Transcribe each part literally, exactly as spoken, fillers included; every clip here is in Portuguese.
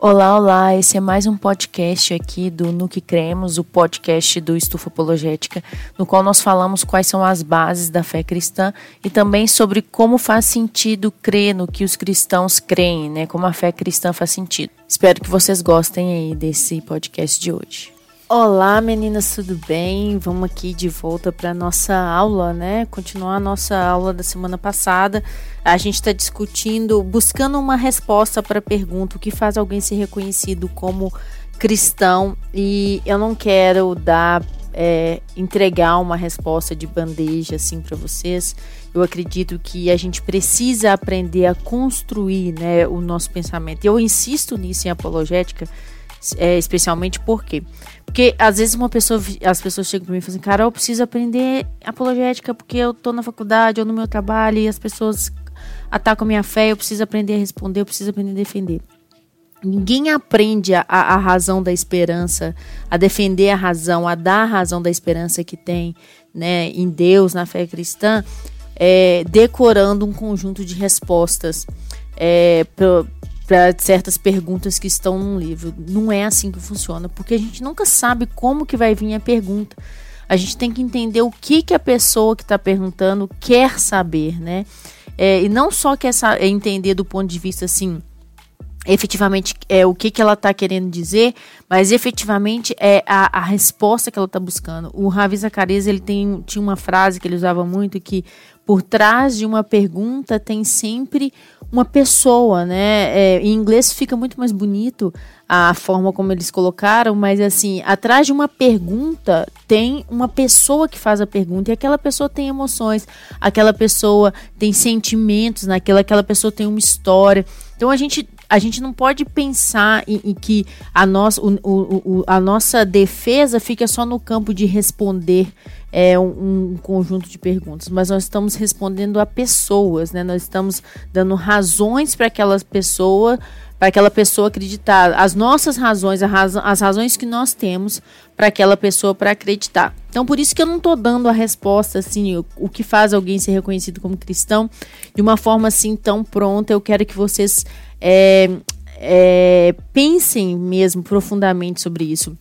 Olá, olá, esse é mais um podcast aqui do No Que Cremos, o podcast do Estufa Apologética, no qual nós falamos quais são as bases da fé cristã e também sobre como faz sentido crer no que os cristãos creem, né? Como a fé cristã faz sentido. Espero que vocês gostem aí desse podcast de hoje. Olá, meninas, tudo bem? Vamos aqui de volta para a nossa aula, né? Continuar a nossa aula da semana passada. A gente está discutindo, buscando uma resposta para a pergunta: o que faz alguém ser reconhecido como cristão? E eu não quero dar, é, entregar uma resposta de bandeja assim para vocês. Eu acredito que a gente precisa aprender a construir, né, o nosso pensamento. Eu insisto nisso em apologética, é, especialmente porque Porque às vezes uma pessoa, as pessoas chegam para mim e falam assim: cara, eu preciso aprender apologética porque eu tô na faculdade ou no meu trabalho e as pessoas atacam a minha fé, eu preciso aprender a responder, eu preciso aprender a defender. Ninguém aprende a, a razão da esperança, a defender a razão, a dar a razão da esperança que tem, né, em Deus, na fé cristã, é, decorando um conjunto de respostas é, para certas perguntas que estão num livro. Não é assim que funciona, porque a gente nunca sabe como que vai vir a pergunta. A gente tem que entender o que, que a pessoa que está perguntando quer saber, né? É, e não só quer é entender do ponto de vista assim, efetivamente é o que, que ela está querendo dizer, mas efetivamente é a, a resposta que ela está buscando. O Ravi Zacarias, ele tem, tinha uma frase que ele usava muito, que por trás de uma pergunta tem sempre uma pessoa, né? É, em inglês fica muito mais bonito a forma como eles colocaram, mas assim, atrás de uma pergunta tem uma pessoa que faz a pergunta, e aquela pessoa tem emoções, aquela pessoa tem sentimentos naquela, aquela pessoa tem uma história. Então a gente, a gente não pode pensar em, em que a nossa, o, o, o, a nossa defesa fica só no campo de responder É um, um conjunto de perguntas, mas nós estamos respondendo a pessoas, né? Nós estamos dando razões para aquela pessoa, para aquela pessoa acreditar, as nossas razões, a razão, as razões que nós temos para aquela pessoa para acreditar. Então, por isso que eu não estou dando a resposta assim, o, o que faz alguém ser reconhecido como cristão, de uma forma assim tão pronta. Eu quero que vocês é, é, pensem mesmo profundamente sobre isso.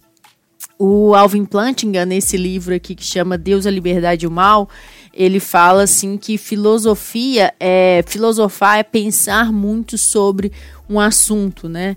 O Alvin Plantinga, nesse livro aqui que chama Deus, a Liberdade e o Mal, ele fala assim que filosofia é, filosofar é pensar muito sobre um assunto, né?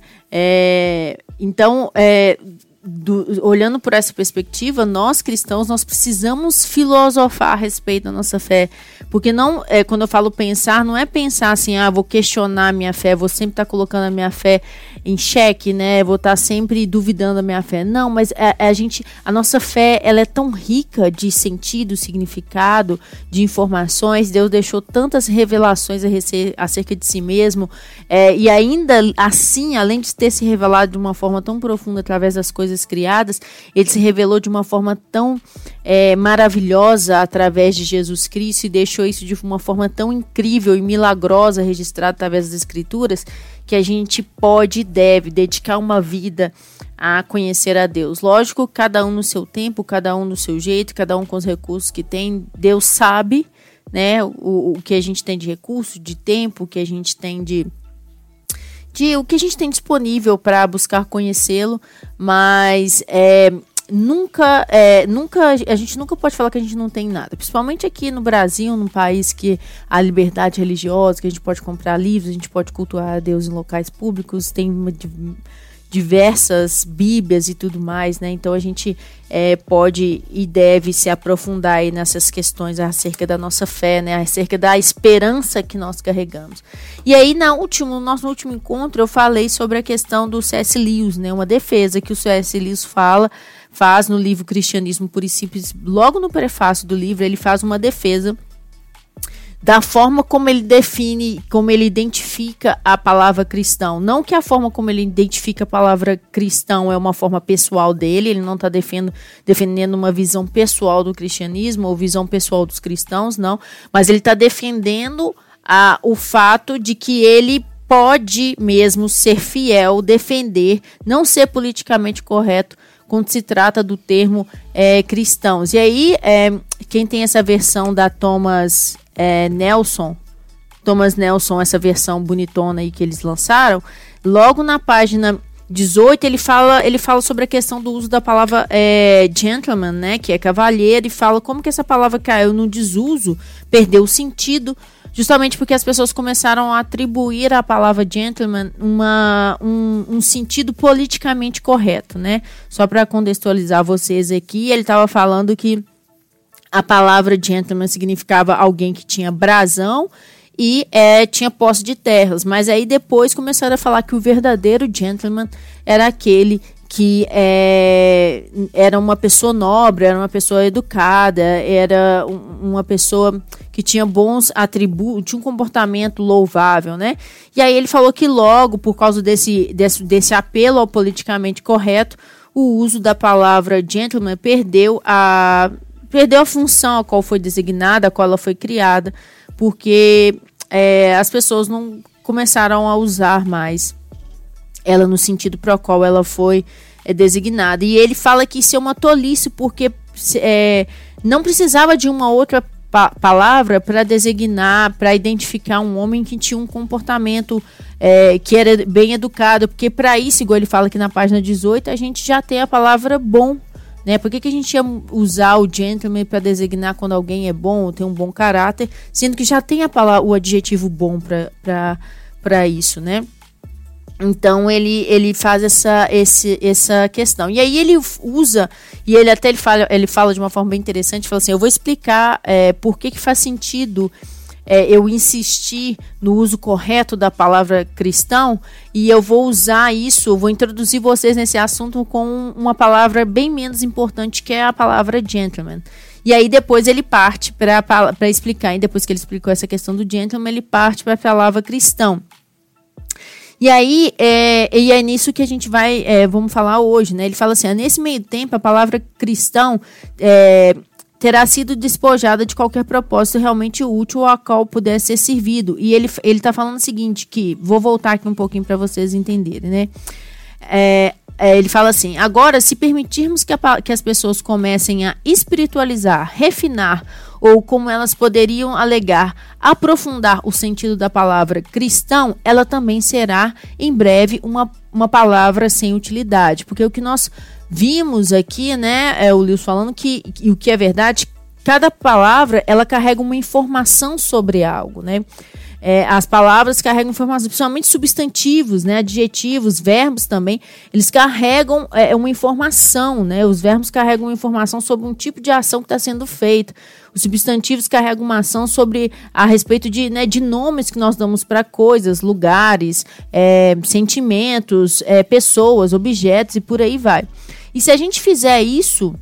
É, então, é, do, olhando por essa perspectiva, nós cristãos, nós precisamos filosofar a respeito da nossa fé, porque não, é, quando eu falo pensar, não é pensar assim, ah, vou questionar a minha fé, vou sempre estar colocando a minha fé em xeque, né, vou estar sempre duvidando da minha fé. Não, mas a, a gente, a nossa fé, ela é tão rica de sentido, significado, de informações. Deus deixou tantas revelações a rece- acerca de si mesmo, é, e ainda assim, além de ter se revelado de uma forma tão profunda através das coisas criadas, ele se revelou de uma forma tão é, maravilhosa através de Jesus Cristo, e deixou isso de uma forma tão incrível e milagrosa registrada através das Escrituras, que a gente pode e deve dedicar uma vida a conhecer a Deus. Lógico, cada um no seu tempo, cada um no seu jeito, cada um com os recursos que tem. Deus sabe, né, o, o que a gente tem de recurso, de tempo, o que a gente tem de, de o que a gente tem disponível para buscar conhecê-lo, mas é, Nunca, é, nunca, a gente nunca pode falar que a gente não tem nada, principalmente aqui no Brasil, num país que há liberdade religiosa, que a gente pode comprar livros, a gente pode cultuar a Deus em locais públicos, tem uma, diversas bíblias e tudo mais, né? Então a gente é, pode e deve se aprofundar aí nessas questões acerca da nossa fé, né? Acerca da esperança que nós carregamos. E aí, na último, no nosso último encontro, eu falei sobre a questão do C S Lewis, né? Uma defesa que o C S Lewis fala faz no livro Cristianismo Puro e Simples. Logo no prefácio do livro, ele faz uma defesa da forma como ele define, como ele identifica a palavra cristão. Não que a forma como ele identifica a palavra cristão é uma forma pessoal dele, ele não está defendendo, defendendo uma visão pessoal do cristianismo ou visão pessoal dos cristãos, não. Mas ele está defendendo a, o fato de que ele pode mesmo ser fiel, defender, não ser politicamente correto quando se trata do termo é, cristãos. E aí, é, quem tem essa versão da Thomas é, Nelson, Thomas Nelson, essa versão bonitona aí que eles lançaram, logo na página dezoito, ele fala, ele fala sobre a questão do uso da palavra é, gentleman, né, que é cavalheiro, e fala como que essa palavra caiu no desuso, perdeu o sentido, justamente porque as pessoas começaram a atribuir à palavra gentleman uma, um, um sentido politicamente correto, né? Só para contextualizar vocês aqui, ele estava falando que a palavra gentleman significava alguém que tinha brasão e é, tinha posse de terras, mas aí depois começaram a falar que o verdadeiro gentleman era aquele que é, era uma pessoa nobre, era uma pessoa educada, era um, uma pessoa que tinha bons atributos, tinha um comportamento louvável, né? E aí ele falou que logo, por causa desse, desse, desse apelo ao politicamente correto, o uso da palavra gentleman perdeu a, perdeu a função a qual foi designada, a qual ela foi criada, porque é, as pessoas não começaram a usar mais ela no sentido para o qual ela foi é, designada. E ele fala que isso é uma tolice, porque é, não precisava de uma outra pa- palavra para designar, para identificar um homem que tinha um comportamento é, que era bem educado, porque para isso, igual ele fala aqui na página dezoito, a gente já tem a palavra bom. Né? Por que, que a gente ia usar o gentleman para designar quando alguém é bom ou tem um bom caráter, sendo que já tem a palavra, o adjetivo bom para isso, né? Então ele, ele faz essa, esse, essa questão. E aí ele usa, e ele até ele fala, ele fala de uma forma bem interessante, fala assim, eu vou explicar é, por que, que faz sentido é, eu insistir no uso correto da palavra cristão, e eu vou usar isso, eu vou introduzir vocês nesse assunto com uma palavra bem menos importante, que é a palavra gentleman. E aí depois ele parte para explicar, e depois que ele explicou essa questão do gentleman, ele parte para a palavra cristão. E aí, é, e é nisso que a gente vai, é, vamos falar hoje, né? Ele fala assim, nesse meio tempo, a palavra cristão é, terá sido despojada de qualquer propósito realmente útil a qual pudesse ser servido. E ele ele está falando o seguinte, que vou voltar aqui um pouquinho para vocês entenderem, né? É, é, ele fala assim, agora, se permitirmos que, a, que as pessoas comecem a espiritualizar, refinar, ou como elas poderiam alegar, aprofundar o sentido da palavra cristão, ela também será, em breve, uma, uma palavra sem utilidade. Porque o que nós vimos aqui, né, é o Lewis falando que, e o que é verdade, cada palavra, ela carrega uma informação sobre algo, né? É, as palavras carregam informação, principalmente substantivos, né, adjetivos, verbos também, eles carregam é, uma informação, né, os verbos carregam uma informação sobre um tipo de ação que está sendo feita, os substantivos carregam uma ação sobre, a respeito de, né, de nomes que nós damos para coisas, lugares, é, sentimentos, é, pessoas, objetos e por aí vai. E se a gente fizer isso,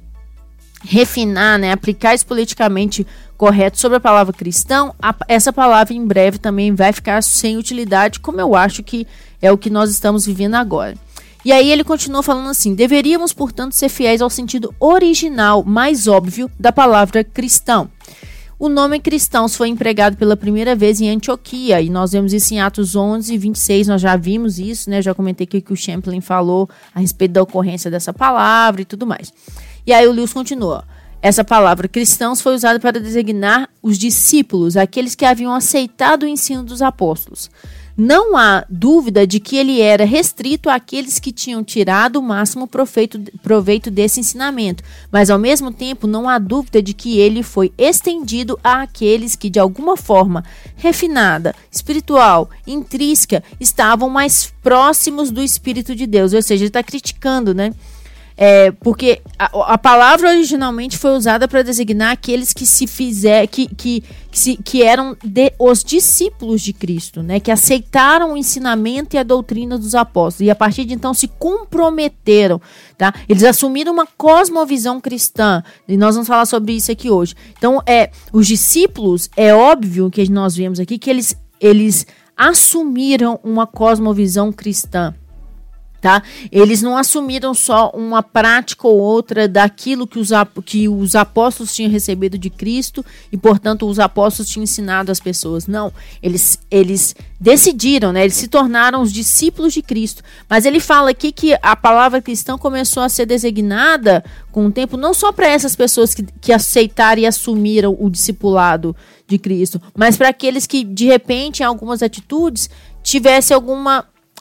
refinar, né, aplicar isso politicamente correto sobre a palavra cristão, a, essa palavra em breve também vai ficar sem utilidade, como eu acho que é o que nós estamos vivendo agora. E aí ele continua falando assim, deveríamos, portanto, ser fiéis ao sentido original, mais óbvio, da palavra cristão. O nome cristãos foi empregado pela primeira vez em Antioquia, e nós vemos isso em Atos onze, vinte e seis, nós já vimos isso, né? Já comentei aqui que o Champlin falou a respeito da ocorrência dessa palavra e tudo mais. E aí o Lewis continua. Essa palavra cristãos foi usada para designar os discípulos, aqueles que haviam aceitado o ensino dos apóstolos. Não há dúvida de que ele era restrito àqueles que tinham tirado o máximo proveito, proveito desse ensinamento, mas ao mesmo tempo não há dúvida de que ele foi estendido àqueles que de alguma forma refinada, espiritual, intrínseca, estavam mais próximos do Espírito de Deus. Ou seja, ele está criticando, né? É, porque a, a palavra originalmente foi usada para designar aqueles que se fizer, que, que, que, se, que eram de, os discípulos de Cristo, né, que aceitaram o ensinamento e a doutrina dos apóstolos e a partir de então se comprometeram, tá? Eles assumiram uma cosmovisão cristã e nós vamos falar sobre isso aqui hoje. Então, é, os discípulos, é óbvio que nós vemos aqui que eles, eles assumiram uma cosmovisão cristã. Tá? Eles não assumiram só uma prática ou outra daquilo que os, que os apóstolos tinham recebido de Cristo e, portanto, os apóstolos tinham ensinado às pessoas. Não, eles, eles decidiram, né? Eles se tornaram os discípulos de Cristo. Mas ele fala aqui que a palavra cristão começou a ser designada com o tempo, não só para essas pessoas que, que aceitaram e assumiram o discipulado de Cristo, mas para aqueles que, de repente, em algumas atitudes, tivesse alguma...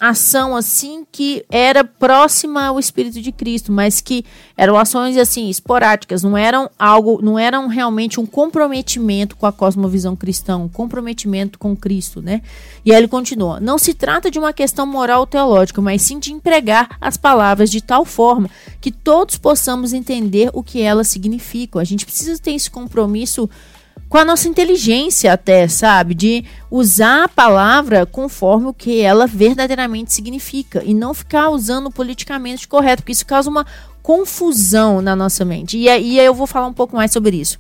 ação assim que era próxima ao Espírito de Cristo, mas que eram ações assim esporádicas, não eram algo, não eram realmente um comprometimento com a cosmovisão cristã, um comprometimento com Cristo, né? E aí ele continua: não se trata de uma questão moral ou teológica, mas sim de empregar as palavras de tal forma que todos possamos entender o que elas significam. A gente precisa ter esse compromisso com a nossa inteligência até, sabe? De usar a palavra conforme o que ela verdadeiramente significa e não ficar usando o politicamente correto, porque isso causa uma confusão na nossa mente. E aí eu vou falar um pouco mais sobre isso.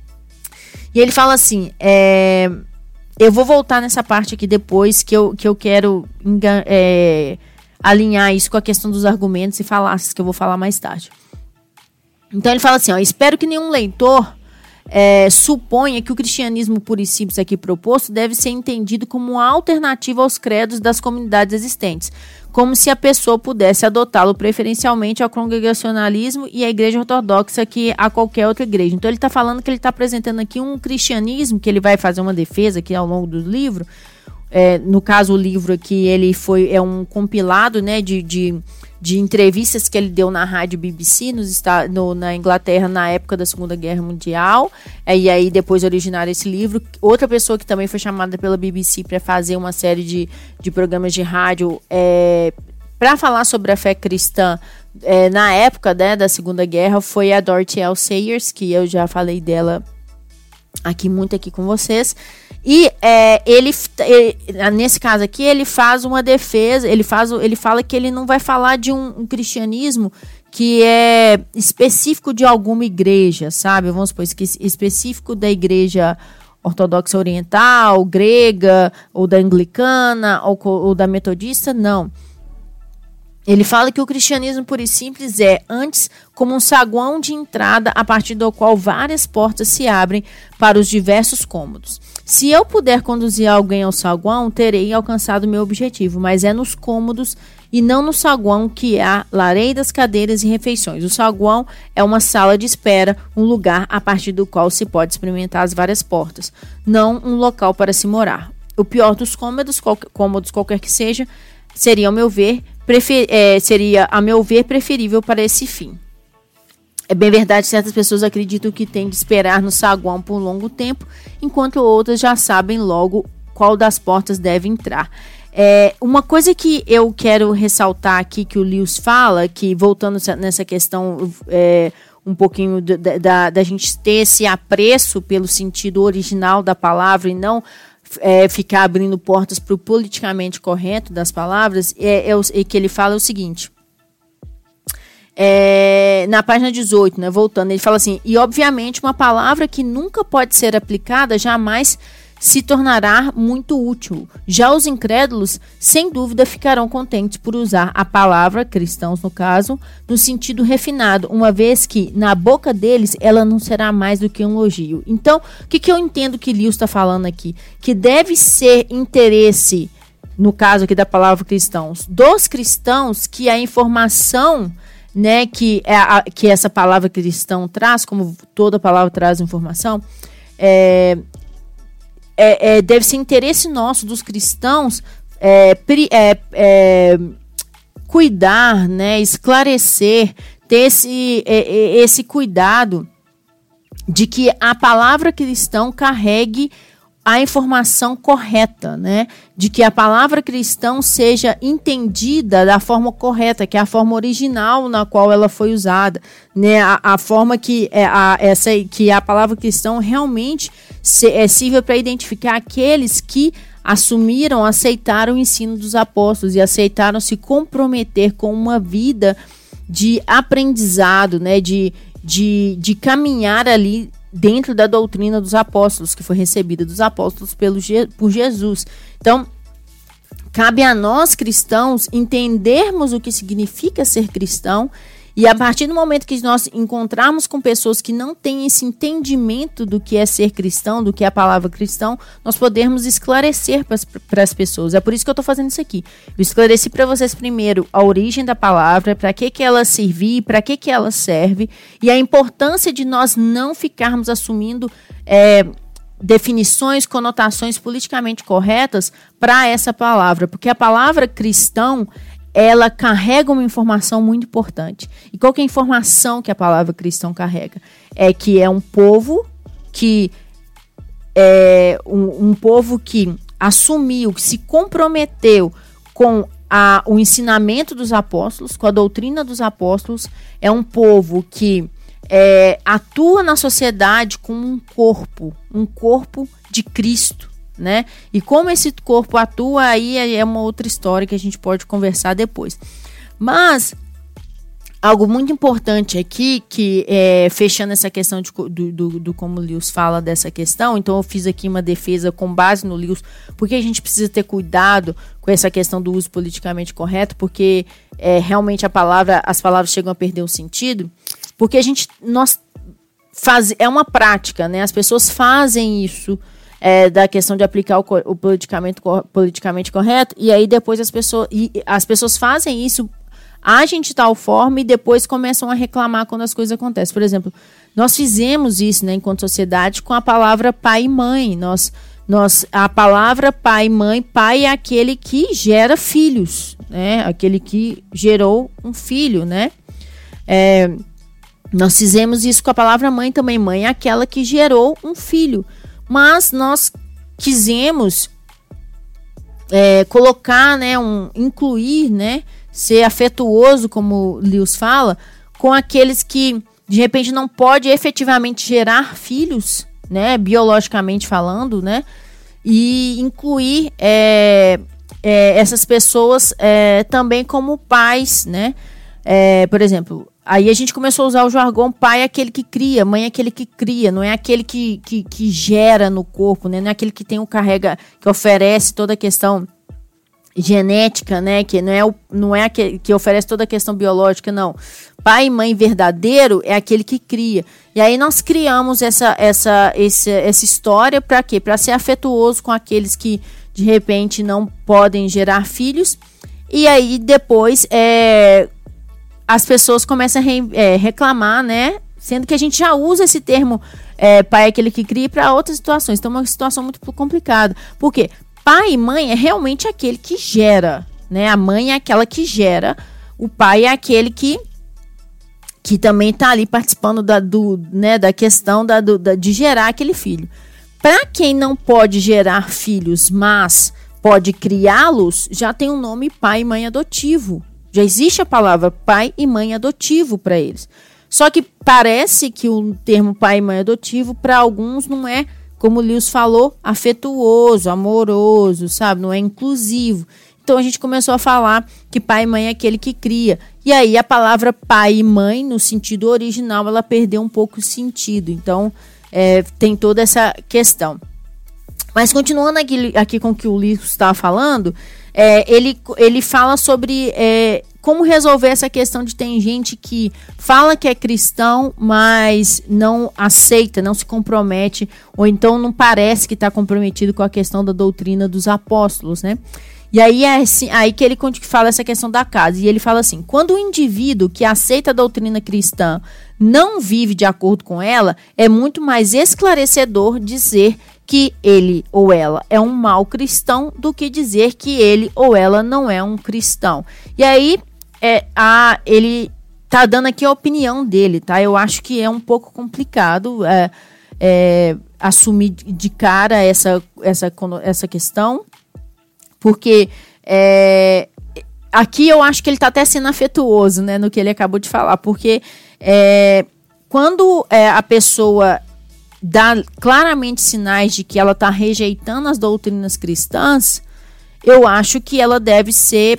E ele fala assim, é, eu vou voltar nessa parte aqui depois, que eu, que eu quero é, alinhar isso com a questão dos argumentos e falácias, que eu vou falar mais tarde. Então ele fala assim, ó, espero que nenhum leitor É, suponha que o cristianismo puro e simples aqui proposto deve ser entendido como uma alternativa aos credos das comunidades existentes, como se a pessoa pudesse adotá-lo preferencialmente ao congregacionalismo e à igreja ortodoxa que a qualquer outra igreja. Então ele está falando que ele está apresentando aqui um cristianismo, que ele vai fazer uma defesa aqui ao longo do livro. É, no caso, o livro aqui ele foi, é um compilado, né, de, de, de entrevistas que ele deu na rádio B B C nos, no, na Inglaterra na época da Segunda Guerra Mundial, é, e aí depois originaram esse livro. Outra pessoa que também foi chamada pela B B C para fazer uma série de, de programas de rádio é, para falar sobre a fé cristã é, na época, né, da Segunda Guerra foi a Dorothy L. Sayers, que eu já falei dela aqui muito aqui com vocês. E é, ele, ele, nesse caso aqui, ele faz uma defesa, ele, faz, ele fala que ele não vai falar de um, um cristianismo que é específico de alguma igreja, sabe? Vamos supor, específico da igreja ortodoxa oriental, grega, ou da anglicana, ou, ou da metodista, não. Ele fala que o cristianismo puro e simples é, antes, como um saguão de entrada a partir do qual várias portas se abrem para os diversos cômodos. Se eu puder conduzir alguém ao saguão, terei alcançado meu objetivo, mas é nos cômodos e não no saguão que há lareiras, cadeiras e refeições. O saguão é uma sala de espera, um lugar a partir do qual se pode experimentar as várias portas, não um local para se morar. O pior dos cômodos, qual, cômodos qualquer que seja, seria, ao meu ver, prefer, é, seria, a meu ver, preferível para esse fim. É bem verdade, certas pessoas acreditam que tem de esperar no saguão por um longo tempo, enquanto outras já sabem logo qual das portas deve entrar. É, uma coisa que eu quero ressaltar aqui que o Lewis fala, que voltando nessa questão é, um pouquinho da, da, da gente ter esse apreço pelo sentido original da palavra e não é, ficar abrindo portas para o politicamente correto das palavras, é, é, é que ele fala o seguinte... É, na página dezoito, né, voltando, ele fala assim, e obviamente uma palavra que nunca pode ser aplicada jamais se tornará muito útil. Já os incrédulos, sem dúvida, ficarão contentes por usar a palavra, cristãos no caso, no sentido refinado, uma vez que na boca deles ela não será mais do que um elogio. Então, o que, que eu entendo que Lewis está falando aqui? Que deve ser interesse, no caso aqui da palavra cristãos, dos cristãos que a informação, né, que, é a, que essa palavra cristão traz, como toda palavra traz informação, é, é, é, deve ser interesse nosso dos cristãos é, é, é, cuidar, né, esclarecer, ter esse, é, esse cuidado de que a palavra cristão carregue a informação correta, né? De que a palavra cristão seja entendida da forma correta, que é a forma original na qual ela foi usada, né? A, a forma que, é, a, essa, que a palavra cristão realmente se, é, sirva para identificar aqueles que assumiram, aceitaram o ensino dos apóstolos e aceitaram se comprometer com uma vida de aprendizado, né? De, de, de caminhar ali dentro da doutrina dos apóstolos, que foi recebida dos apóstolos pelo, por Jesus. Então, cabe a nós cristãos entendermos o que significa ser cristão e a partir do momento que nós encontrarmos com pessoas que não têm esse entendimento do que é ser cristão, do que é a palavra cristão, nós podemos esclarecer para as pessoas. É por isso que eu estou fazendo isso aqui. Eu esclareci para vocês primeiro a origem da palavra, para que, que ela servir, para que, que ela serve e a importância de nós não ficarmos assumindo é, definições, conotações politicamente corretas para essa palavra, porque a palavra cristão, ela carrega uma informação muito importante. E qual que é a informação que a palavra cristão carrega? É que é um povo que é um, um povo que assumiu, que se comprometeu com a, o ensinamento dos apóstolos, com a doutrina dos apóstolos. É um povo que é, atua na sociedade como um corpo, um corpo de Cristo, né? E como esse corpo atua, aí é uma outra história que a gente pode conversar depois. Mas algo muito importante aqui, que é, fechando essa questão de, do, do, do como o Lewis fala dessa questão, então eu fiz aqui uma defesa com base no Lewis, porque a gente precisa ter cuidado com essa questão do uso politicamente correto, porque é, realmente a palavra, as palavras chegam a perder o sentido, porque a gente, nós faz, é uma prática, né? As pessoas fazem isso, é, da questão de aplicar o, o politicamente, politicamente correto, e aí depois as pessoas, e as pessoas fazem isso, agem de tal forma e depois começam a reclamar quando as coisas acontecem. Por exemplo, nós fizemos isso, né, enquanto sociedade, com a palavra pai e mãe. Nós, nós, a palavra pai e mãe, pai é aquele que gera filhos, né, aquele que gerou um filho, né. É, nós fizemos isso com a palavra mãe também. Mãe é aquela que gerou um filho. Mas nós quisemos é, colocar, né, um, incluir, né, ser afetuoso, como o Lewis fala, com aqueles que, de repente, não pode efetivamente gerar filhos, né, biologicamente falando, né, e incluir é, é, essas pessoas é, também como pais, né, é, por exemplo, aí a gente começou a usar o jargão: pai é aquele que cria, mãe é aquele que cria, não é aquele que, que, que gera no corpo, né, não é aquele que tem o carrega, que oferece toda a questão genética, né, que não é, o, não é aquele que oferece toda a questão biológica, não. Pai e mãe verdadeiro é aquele que cria. E aí nós criamos essa, essa, essa, essa história para quê? Para ser afetuoso com aqueles que, de repente, não podem gerar filhos. E aí depois é, as pessoas começam a re, é, reclamar, né, sendo que a gente já usa esse termo é, pai é aquele que cria para outras situações. Então é uma situação muito complicada. Por quê? Pai e mãe é realmente aquele que gera, né? A mãe é aquela que gera, o pai é aquele que, que também está ali participando da, do, né, da questão da, do, da, de gerar aquele filho. Para quem não pode gerar filhos, mas pode criá-los, já tem um nome pai e mãe adotivo. Já existe a palavra pai e mãe adotivo para eles. Só que parece que o termo pai e mãe adotivo para alguns não é, como o Lewis falou, afetuoso, amoroso, sabe? Não é inclusivo. Então a gente começou a falar que pai e mãe é aquele que cria. E aí a palavra pai e mãe, no sentido original, ela perdeu um pouco o sentido. Então é, tem toda essa questão. Mas continuando aqui, aqui com o que o Lewis estava falando, é, ele, ele fala sobre é, como resolver essa questão de tem gente que fala que é cristão, mas não aceita, não se compromete, ou então não parece que está comprometido com a questão da doutrina dos apóstolos, né? E aí é assim, aí que ele fala essa questão da casa. E ele fala assim: quando o indivíduo que aceita a doutrina cristã não vive de acordo com ela, é muito mais esclarecedor dizer que ele ou ela é um mau cristão do que dizer que ele ou ela não é um cristão. E aí é, a, ele tá dando aqui a opinião dele, tá? Eu acho que é um pouco complicado é, é, assumir de cara essa, essa, essa questão, porque é, aqui eu acho que ele está até sendo afetuoso, né, no que ele acabou de falar, porque é, quando é, a pessoa dá claramente sinais de que ela está rejeitando as doutrinas cristãs, eu acho que ela deve ser,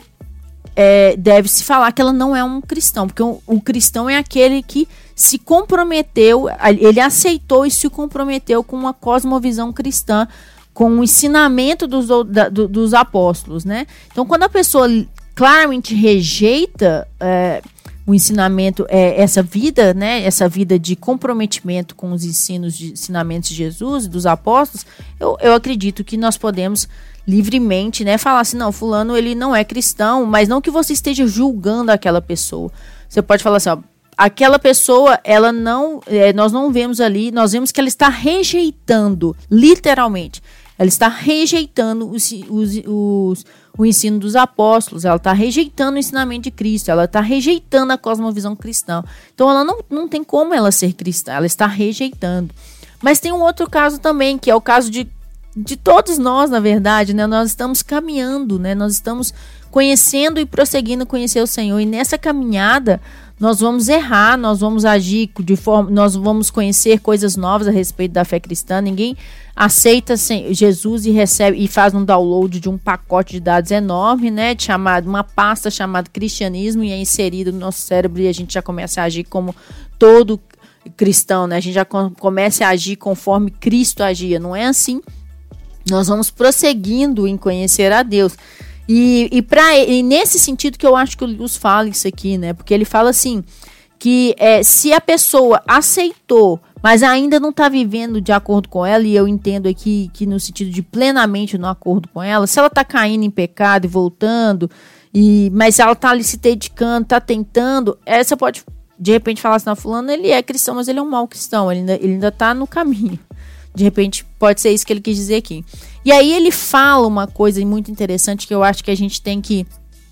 é, deve se falar que ela não é um cristão, porque o, o cristão é aquele que se comprometeu, ele aceitou e se comprometeu com uma cosmovisão cristã, com o ensinamento dos, da, do, dos apóstolos, né? Então, quando a pessoa claramente rejeita é, o ensinamento, é, essa vida, né? Essa vida de comprometimento com os ensinos, de, ensinamentos de Jesus e dos apóstolos, eu, eu acredito que nós podemos livremente, né, falar assim: não, fulano ele não é cristão, mas não que você esteja julgando aquela pessoa. Você pode falar assim: ó, aquela pessoa, ela não, é, nós não vemos ali, nós vemos que ela está rejeitando, literalmente, ela está rejeitando os, os, os, o ensino dos apóstolos, ela está rejeitando o ensinamento de Cristo, ela está rejeitando a cosmovisão cristã. Então ela não, não tem como ela ser cristã, ela está rejeitando. Mas tem um outro caso também, que é o caso de, de todos nós, na verdade, né? Nós estamos caminhando, né? Nós estamos conhecendo e prosseguindo conhecer o Senhor, e nessa caminhada nós vamos errar, nós vamos agir de forma, nós vamos conhecer coisas novas a respeito da fé cristã. Ninguém aceita Jesus e recebe e faz um download de um pacote de dados enorme, né, de chamado, uma pasta chamada cristianismo, e é inserido no nosso cérebro e a gente já começa a agir como todo cristão, né? A gente já com, começa a agir conforme Cristo agia. Não é assim. Nós vamos prosseguindo em conhecer a Deus. E, e, pra, e nesse sentido que eu acho que o Lewis fala isso aqui, né? Porque ele fala assim, que é, se a pessoa aceitou, mas ainda não está vivendo de acordo com ela, e eu entendo aqui que no sentido de plenamente no acordo com ela, se ela está caindo em pecado e voltando, e, mas ela está ali se dedicando, está tentando, essa pode de repente falar assim, não, fulano ele é cristão, mas ele é um mau cristão, ele ainda, ele ainda tá no caminho. De repente pode ser isso que ele quis dizer aqui. E aí ele fala uma coisa muito interessante que eu acho que a gente tem que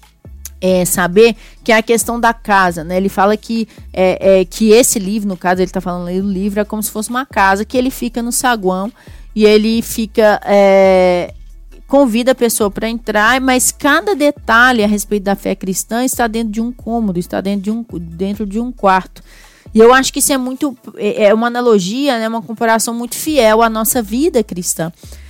é, saber, que é a questão da casa, né? Ele fala que, é, é, que esse livro, no caso ele está falando aí do livro, é como se fosse uma casa, que ele fica no saguão e ele fica... É, convida a pessoa para entrar, mas cada detalhe a respeito da fé cristã está dentro de um cômodo, está dentro de um, dentro de um quarto. E eu acho que isso é muito, é uma analogia, né, uma comparação muito fiel à nossa vida cristã.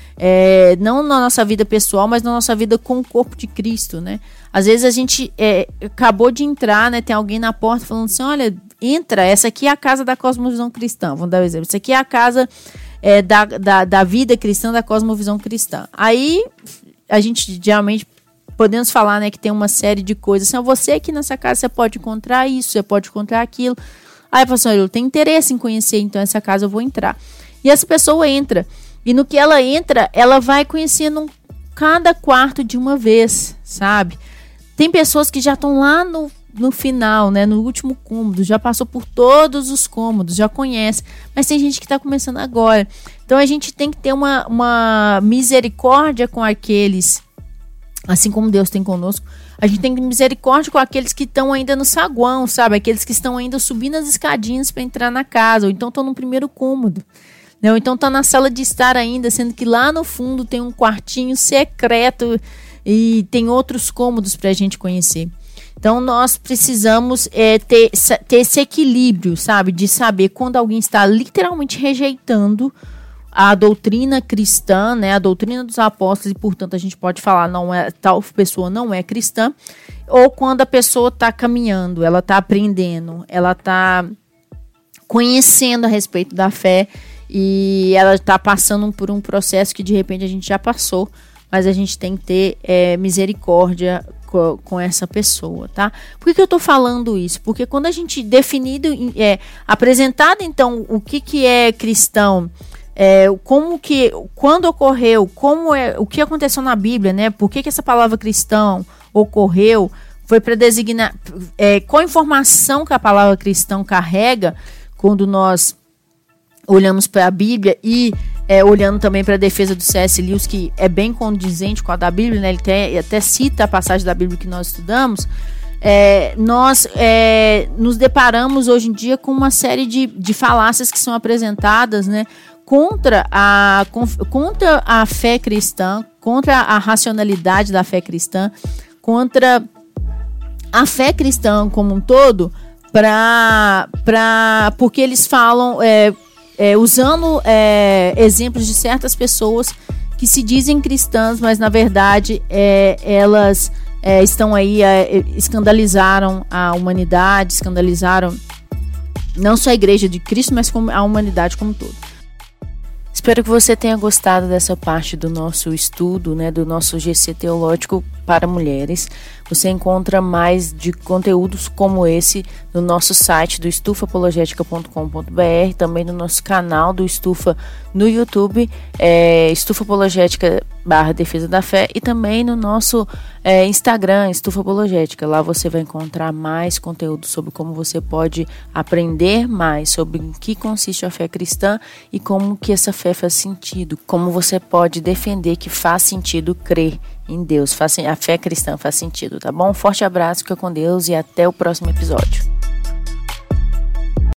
É, não na nossa vida pessoal, mas na nossa vida com o corpo de Cristo, né? Às vezes a gente é, acabou de entrar, né, tem alguém na porta falando assim, olha, entra, essa aqui é a casa da cosmovisão cristã, vamos dar um exemplo, essa aqui é a casa é, da, da, da vida cristã, da cosmovisão cristã. Aí a gente geralmente podemos falar, né, que tem uma série de coisas, assim, você aqui nessa casa, você pode encontrar isso, você pode encontrar aquilo. Aí a pessoa, eu tenho interesse em conhecer, então essa casa eu vou entrar. E essa pessoa entra, e no que ela entra, ela vai conhecendo cada quarto de uma vez, sabe? Tem pessoas que já estão lá no, no final, né, no último cômodo, já passou por todos os cômodos, já conhece, mas tem gente que está começando agora. Então a gente tem que ter uma, uma misericórdia com aqueles, assim como Deus tem conosco, a gente tem misericórdia com aqueles que estão ainda no saguão, sabe? Aqueles que estão ainda subindo as escadinhas para entrar na casa, ou então estão no primeiro cômodo, né? Ou então estão na sala de estar ainda, sendo que lá no fundo tem um quartinho secreto e tem outros cômodos para a gente conhecer. Então nós precisamos é, ter, ter esse equilíbrio, sabe? De saber quando alguém está literalmente rejeitando a doutrina cristã, né, a doutrina dos apóstolos, e portanto a gente pode falar, não é, tal pessoa não é cristã, ou quando a pessoa está caminhando, ela está aprendendo, ela está conhecendo a respeito da fé, e ela está passando por um processo que de repente a gente já passou, mas a gente tem que ter é, misericórdia com, com essa pessoa, tá? Por que, que eu estou falando isso? Porque quando a gente definido, é, apresentado então o que, que é cristão, É, como que, quando ocorreu, como é, o que aconteceu na Bíblia, né? Por que, que essa palavra cristão ocorreu? Foi para designar é, qual informação que a palavra cristão carrega quando nós olhamos para a Bíblia e é, olhando também para a defesa do C S Lewis, que é bem condizente com a da Bíblia, né? Ele até, até cita a passagem da Bíblia que nós estudamos. É, nós é, nos deparamos hoje em dia com uma série de, de falácias que são apresentadas, né? Contra a, contra a fé cristã, contra a racionalidade da fé cristã, contra a fé cristã como um todo, pra, pra, porque eles falam, é, é, usando é, exemplos de certas pessoas que se dizem cristãs, mas na verdade é, elas é, estão aí, é, escandalizaram a humanidade, escandalizaram não só a igreja de Cristo, mas como a humanidade como um todo. Espero que você tenha gostado dessa parte do nosso estudo, né, do nosso G C teológico para mulheres. Você encontra mais de conteúdos como esse no nosso site do estufa apologética ponto com ponto b r, também no nosso canal do Estufa no YouTube, é, Estufa Apologética barra Defesa da Fé, e também no nosso é, Instagram, Estufa Apologética. Lá você vai encontrar mais conteúdo sobre como você pode aprender mais sobre em que consiste a fé cristã e como que essa fé faz sentido, como você pode defender que faz sentido crer em Deus, a fé cristã faz sentido, tá bom? Um forte abraço, fica com Deus e até o próximo episódio.